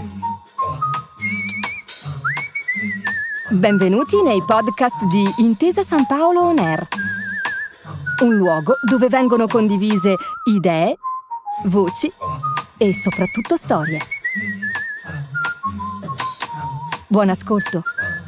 Benvenuti nei podcast di Intesa San Paolo On Air, un luogo dove vengono condivise idee, voci e soprattutto storie. Buon ascolto.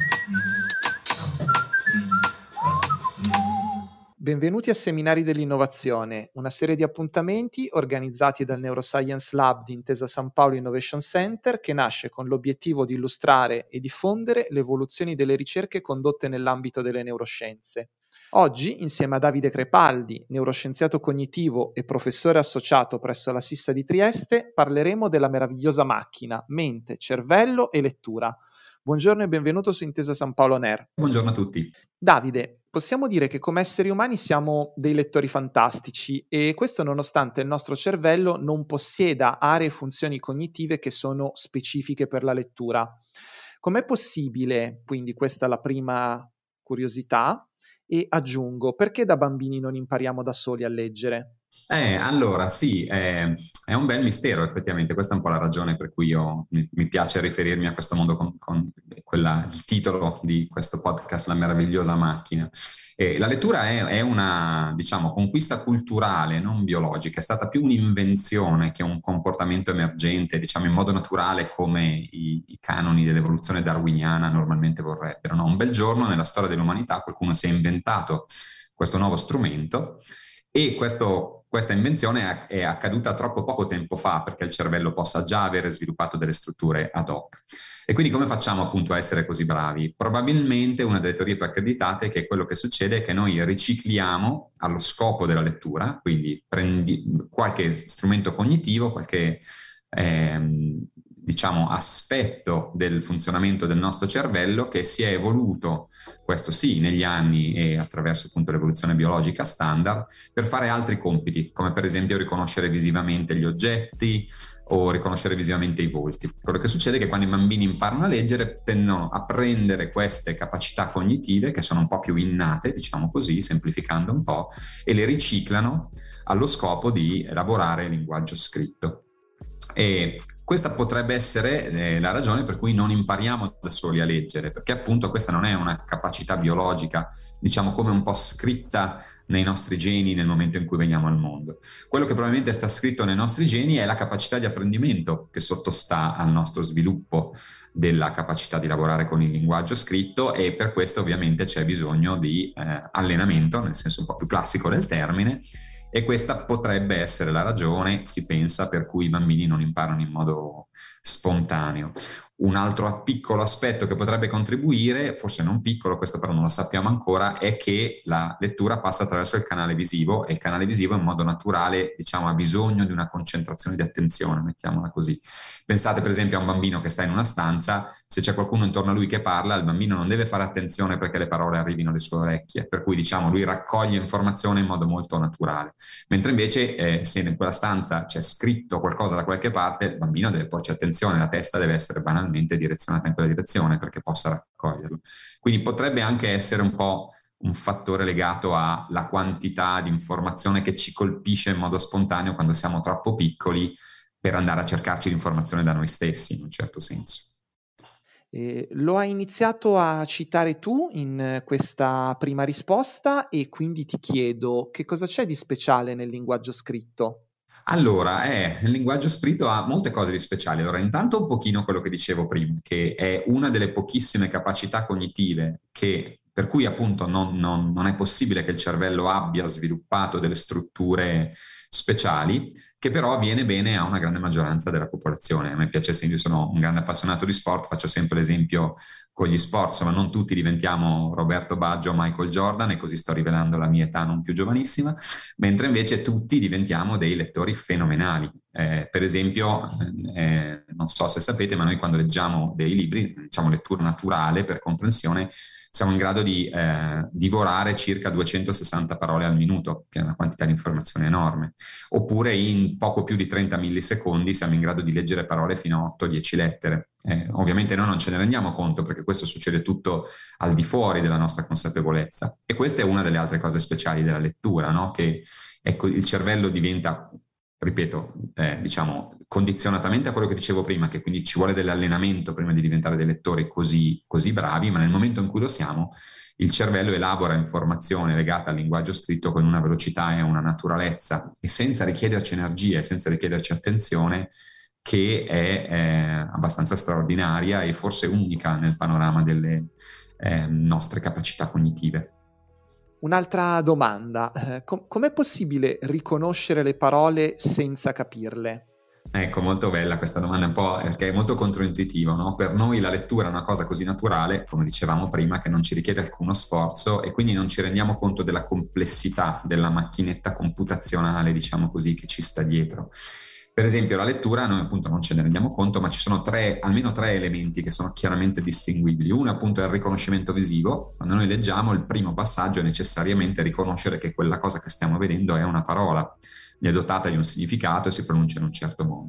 Benvenuti a Seminari dell'Innovazione, una serie di appuntamenti organizzati dal Neuroscience Lab di Intesa San Paolo Innovation Center che nasce con l'obiettivo di illustrare e diffondere le evoluzioni delle ricerche condotte nell'ambito delle neuroscienze. Oggi, insieme a Davide Crepaldi, neuroscienziato cognitivo e professore associato presso la SISSA di Trieste, parleremo della meravigliosa macchina, mente, cervello e lettura. Buongiorno e benvenuto su Intesa San Paolo On Air. Buongiorno a tutti. Davide, possiamo dire che come esseri umani siamo dei lettori fantastici e questo nonostante il nostro cervello non possieda aree e funzioni cognitive che sono specifiche per la lettura. Com'è possibile, quindi questa è la prima curiosità, e aggiungo, perché da bambini non impariamo da soli a leggere? Allora sì, è un bel mistero effettivamente, questa è un po' la ragione per cui mi piace riferirmi a questo mondo con il titolo di questo podcast, La meravigliosa macchina. La lettura è una, diciamo, conquista culturale, non biologica, è stata più un'invenzione che un comportamento emergente, diciamo in modo naturale come i canoni dell'evoluzione darwiniana normalmente vorrebbero, no? Un bel giorno nella storia dell'umanità qualcuno si è inventato questo nuovo strumento e questa invenzione è accaduta troppo poco tempo fa perché il cervello possa già avere sviluppato delle strutture ad hoc. E quindi come facciamo appunto a essere così bravi? Probabilmente una delle teorie più accreditate è che quello che succede è che noi ricicliamo allo scopo della lettura, quindi prendi qualche strumento cognitivo, qualche diciamo aspetto del funzionamento del nostro cervello che si è evoluto, questo sì, negli anni e attraverso appunto l'evoluzione biologica standard, per fare altri compiti, come per esempio riconoscere visivamente gli oggetti o riconoscere visivamente i volti. Quello che succede è che quando i bambini imparano a leggere tendono a prendere queste capacità cognitive che sono un po' più innate, diciamo così, semplificando un po', e le riciclano allo scopo di elaborare il linguaggio scritto. E questa potrebbe essere la ragione per cui non impariamo da soli a leggere, perché appunto questa non è una capacità biologica, diciamo come un po' scritta nei nostri geni nel momento in cui veniamo al mondo. Quello che probabilmente sta scritto nei nostri geni è la capacità di apprendimento che sottostà al nostro sviluppo della capacità di lavorare con il linguaggio scritto e per questo ovviamente c'è bisogno di allenamento, nel senso un po' più classico del termine. E questa potrebbe essere la ragione, si pensa, per cui i bambini non imparano in modo spontaneo. Un altro piccolo aspetto che potrebbe contribuire, forse non piccolo, questo però non lo sappiamo ancora, è che la lettura passa attraverso il canale visivo e il canale visivo in modo naturale, diciamo, ha bisogno di una concentrazione di attenzione, mettiamola così. Pensate per esempio a un bambino che sta in una stanza, se c'è qualcuno intorno a lui che parla, il bambino non deve fare attenzione perché le parole arrivino alle sue orecchie, per cui diciamo lui raccoglie informazione in modo molto naturale. Mentre invece se in quella stanza c'è scritto qualcosa da qualche parte, il bambino deve porci attenzione, la testa deve essere banalmente direzionata in quella direzione perché possa raccoglierlo. Quindi potrebbe anche essere un po' un fattore legato alla quantità di informazione che ci colpisce in modo spontaneo quando siamo troppo piccoli per andare a cercarci l'informazione da noi stessi, in un certo senso. Lo hai iniziato a citare tu in questa prima risposta e quindi ti chiedo che cosa c'è di speciale nel linguaggio scritto? Allora, il linguaggio scritto ha molte cose di speciali. Allora, intanto un pochino quello che dicevo prima, che è una delle pochissime capacità cognitive per cui appunto non è possibile che il cervello abbia sviluppato delle strutture speciali, che però avviene bene a una grande maggioranza della popolazione. A me piace sempre, io sono un grande appassionato di sport, faccio sempre l'esempio con gli sport, insomma non tutti diventiamo Roberto Baggio o Michael Jordan e così sto rivelando la mia età non più giovanissima, mentre invece tutti diventiamo dei lettori fenomenali. Per esempio, non so se sapete, ma noi quando leggiamo dei libri, diciamo lettura naturale per comprensione, siamo in grado di divorare circa 260 parole al minuto, che è una quantità di informazione enorme. Oppure in poco più di 30 millisecondi siamo in grado di leggere parole fino a 8-10 lettere. Ovviamente noi non ce ne rendiamo conto perché questo succede tutto al di fuori della nostra consapevolezza. E questa è una delle altre cose speciali della lettura, no? Che ecco, il cervello diventa ripeto, diciamo, condizionatamente a quello che dicevo prima, che quindi ci vuole dell'allenamento prima di diventare dei lettori così bravi, ma nel momento in cui lo siamo, il cervello elabora informazione legata al linguaggio scritto con una velocità e una naturalezza, e senza richiederci energia e senza richiederci attenzione, che è abbastanza straordinaria e forse unica nel panorama delle nostre capacità cognitive. Un'altra domanda, com'è possibile riconoscere le parole senza capirle? Ecco, molto bella questa domanda, un po' perché è molto controintuitivo, no? Per noi la lettura è una cosa così naturale, come dicevamo prima, che non ci richiede alcuno sforzo, e quindi non ci rendiamo conto della complessità della macchinetta computazionale, diciamo così, che ci sta dietro. Per esempio, la lettura, noi appunto non ce ne rendiamo conto, ma ci sono almeno tre elementi che sono chiaramente distinguibili. Uno appunto è il riconoscimento visivo. Quando noi leggiamo, il primo passaggio è necessariamente riconoscere che quella cosa che stiamo vedendo è una parola, è dotata di un significato e si pronuncia in un certo modo.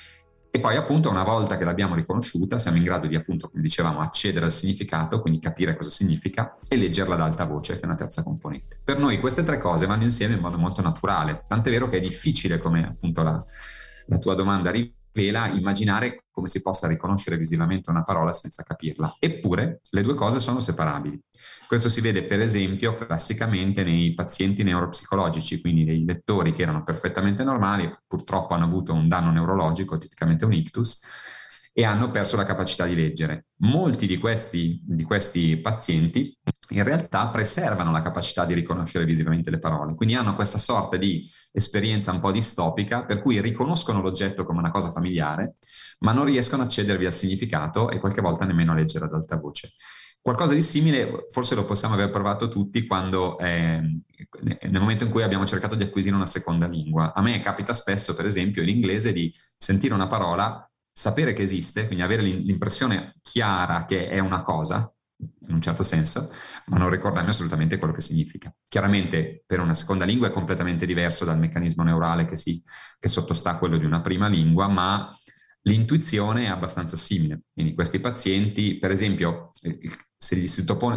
E poi appunto una volta che l'abbiamo riconosciuta siamo in grado di, appunto, come dicevamo, accedere al significato, quindi capire cosa significa, e leggerla ad alta voce, che è una terza componente. Per noi queste tre cose vanno insieme in modo molto naturale, tant'è vero che è difficile, come appunto la tua domanda rivela, immaginare come si possa riconoscere visivamente una parola senza capirla. Eppure le due cose sono separabili. Questo si vede per esempio classicamente nei pazienti neuropsicologici, quindi dei lettori che erano perfettamente normali, purtroppo hanno avuto un danno neurologico, tipicamente un ictus, e hanno perso la capacità di leggere. Molti di questi pazienti in realtà preservano la capacità di riconoscere visivamente le parole, quindi hanno questa sorta di esperienza un po' distopica, per cui riconoscono l'oggetto come una cosa familiare, ma non riescono a accedervi al significato e qualche volta nemmeno a leggere ad alta voce. Qualcosa di simile forse lo possiamo aver provato tutti quando nel momento in cui abbiamo cercato di acquisire una seconda lingua. A me capita spesso, per esempio, in inglese, di sentire una parola, sapere che esiste, quindi avere l'impressione chiara che è una cosa, in un certo senso, ma non ricordarmi assolutamente quello che significa. Chiaramente per una seconda lingua è completamente diverso dal meccanismo neurale che sottostà a quello di una prima lingua, ma l'intuizione è abbastanza simile. Quindi questi pazienti, per esempio, se gli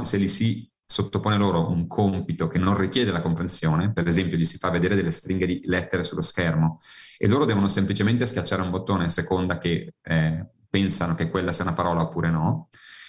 si sottopone loro un compito che non richiede la comprensione, per esempio gli si fa vedere delle stringhe di lettere sullo schermo e loro devono semplicemente schiacciare un bottone a seconda che pensano che quella sia una parola oppure no,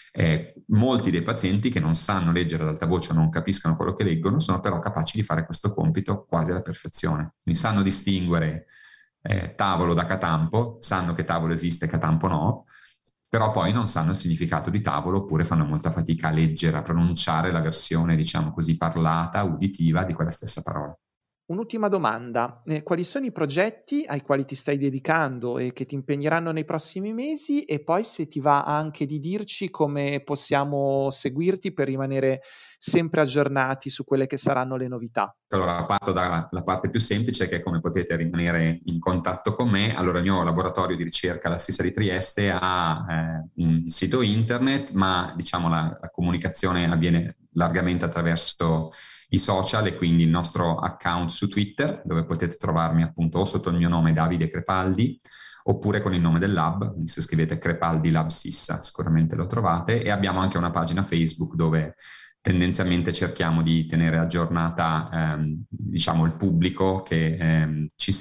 molti dei pazienti che non sanno leggere ad alta voce o non capiscono quello che leggono sono però capaci di fare questo compito quasi alla perfezione. Quindi sanno distinguere tavolo da catampo, sanno che tavolo esiste e catampo no, però poi non sanno il significato di tavolo, oppure fanno molta fatica a leggere, a pronunciare la versione, diciamo così, parlata, uditiva di quella stessa parola. Un'ultima domanda, quali sono i progetti ai quali ti stai dedicando e che ti impegneranno nei prossimi mesi, e poi se ti va anche di dirci come possiamo seguirti per rimanere sempre aggiornati su quelle che saranno le novità. Allora, parto dalla parte più semplice, che è come potete rimanere in contatto con me. Allora, il mio laboratorio di ricerca, la SISA di Trieste, ha un sito internet, ma diciamo la comunicazione avviene largamente attraverso i social, e quindi il nostro account su Twitter, dove potete trovarmi appunto o sotto il mio nome Davide Crepaldi, oppure con il nome del lab, quindi se scrivete Crepaldi Lab Sissa sicuramente lo trovate, e abbiamo anche una pagina Facebook dove tendenzialmente cerchiamo di tenere aggiornata diciamo il pubblico che ci